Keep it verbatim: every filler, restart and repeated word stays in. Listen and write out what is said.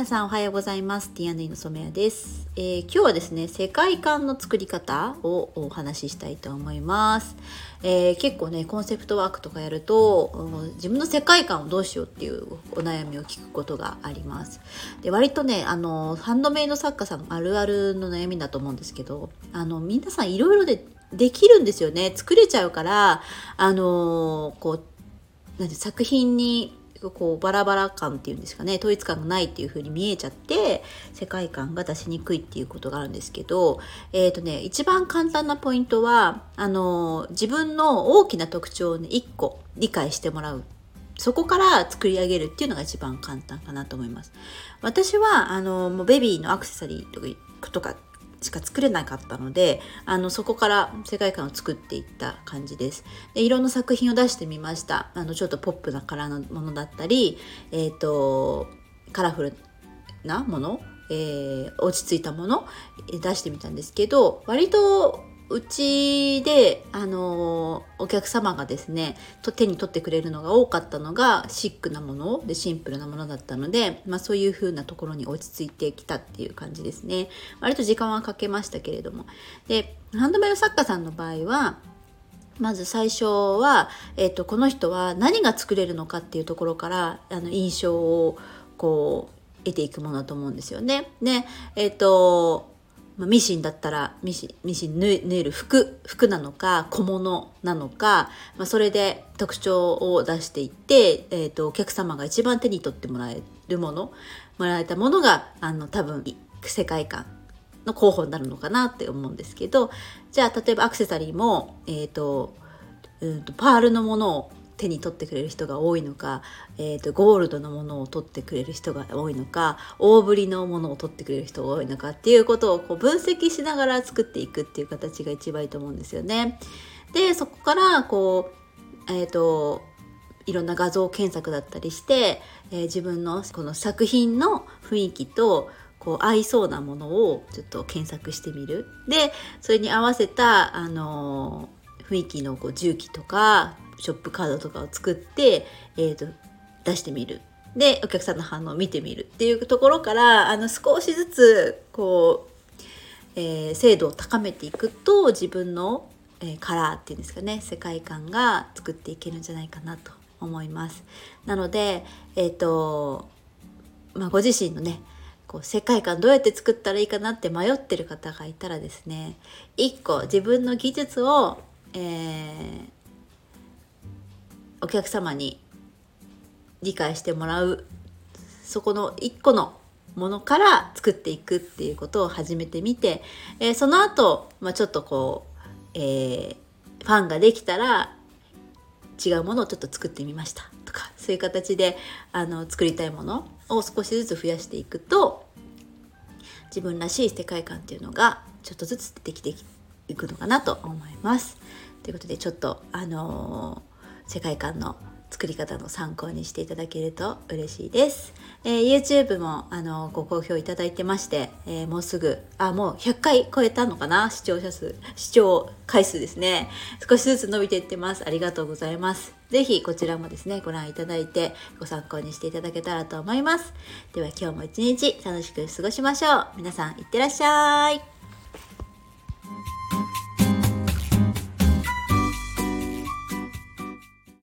皆さんおはようございます。 ティーアンドイー の染谷です、えー、今日はですね世界観の作り方をお話ししたいと思います、えー、結構ねコンセプトワークとかやると、うん、自分の世界観をどうしようっていうお悩みを聞くことがあります。で割とねあのハンドメイド作家さんあるあるの悩みだと思うんですけど、あの皆さんいろいろでできるんですよね。作れちゃうからあのこうなんて作品にこうバラバラ感っていうんですかね、統一感がないっていう風に見えちゃって世界観が出しにくいっていうことがあるんですけど、えーとね、一番簡単なポイントはあの自分の大きな特徴を、ね、いっこ理解してもらう、そこから作り上げるっていうのが一番簡単かなと思います。私はあのもうベビーのアクセサリーとかしか作れなかったので、あのそこから世界観を作っていった感じです。でいろんな作品を出してみました。あのちょっとポップなカラーのものだったり、えーと、カラフルなもの、えー、落ち着いたもの出してみたんですけど、割とうちで、あのお客様がですねと手に取ってくれるのが多かったのがシックなものでシンプルなものだったので、まあ、そういう風なところに落ち着いてきたっていう感じですね。割と時間はかけましたけれども、でハンドメイド作家さんの場合はまず最初は、えーと、この人は何が作れるのかっていうところからあの印象をこう得ていくものだと思うんですよね。でえっ、ー、とミシンだったらミシン、ミシン縫える服、服なのか小物なのか、まあ、それで特徴を出していって、えーと、お客様が一番手に取ってもらえるもの、もらえたものがあの多分世界観の候補になるのかなって思うんですけど、じゃあ例えばアクセサリーも、えーと、うんとパールのものを手に取ってくれる人が多いのか、えーと、ゴールドのものを取ってくれる人が多いのか、大ぶりのものを取ってくれる人が多いのかっていうことをこう分析しながら作っていくっていう形が一番いいと思うんですよね。でそこからこう、えーと、いろんな画像検索だったりして、えー、自分のこの作品の雰囲気とこう合いそうなものをちょっと検索してみる。でそれに合わせた、あのー、雰囲気のこう重機とかショップカードとかを作って、えーと、出してみる。でお客さんの反応を見てみるっていうところからあの少しずつこう、えー、精度を高めていくと自分の、えー、カラーっていうんですかね、世界観が作っていけるんじゃないかなと思います。なので、えーとまあ、ご自身のねこう世界観どうやって作ったらいいかなって迷ってる方がいたらですね、一個自分の技術を、えーお客様に理解してもらう、そこの一個のものから作っていくっていうことを始めてみて、えー、その後、まあ、ちょっとこう、えー、ファンができたら違うものをちょっと作ってみましたとか、そういう形であの作りたいものを少しずつ増やしていくと自分らしい世界観っていうのがちょっとずつ出てきていくのかなと思います。ということでちょっとあのー世界観の作り方の参考にしていただけると嬉しいです。えー、YouTube もあのご好評いただいてまして、えー、もうすぐあもうひゃっかい超えたのかな、視聴者数視聴回数ですね。少しずつ伸びていってます。ありがとうございます。ぜひこちらもですねご覧いただいてご参考にしていただけたらと思います。では今日も一日楽しく過ごしましょう。皆さんいってらっしゃい。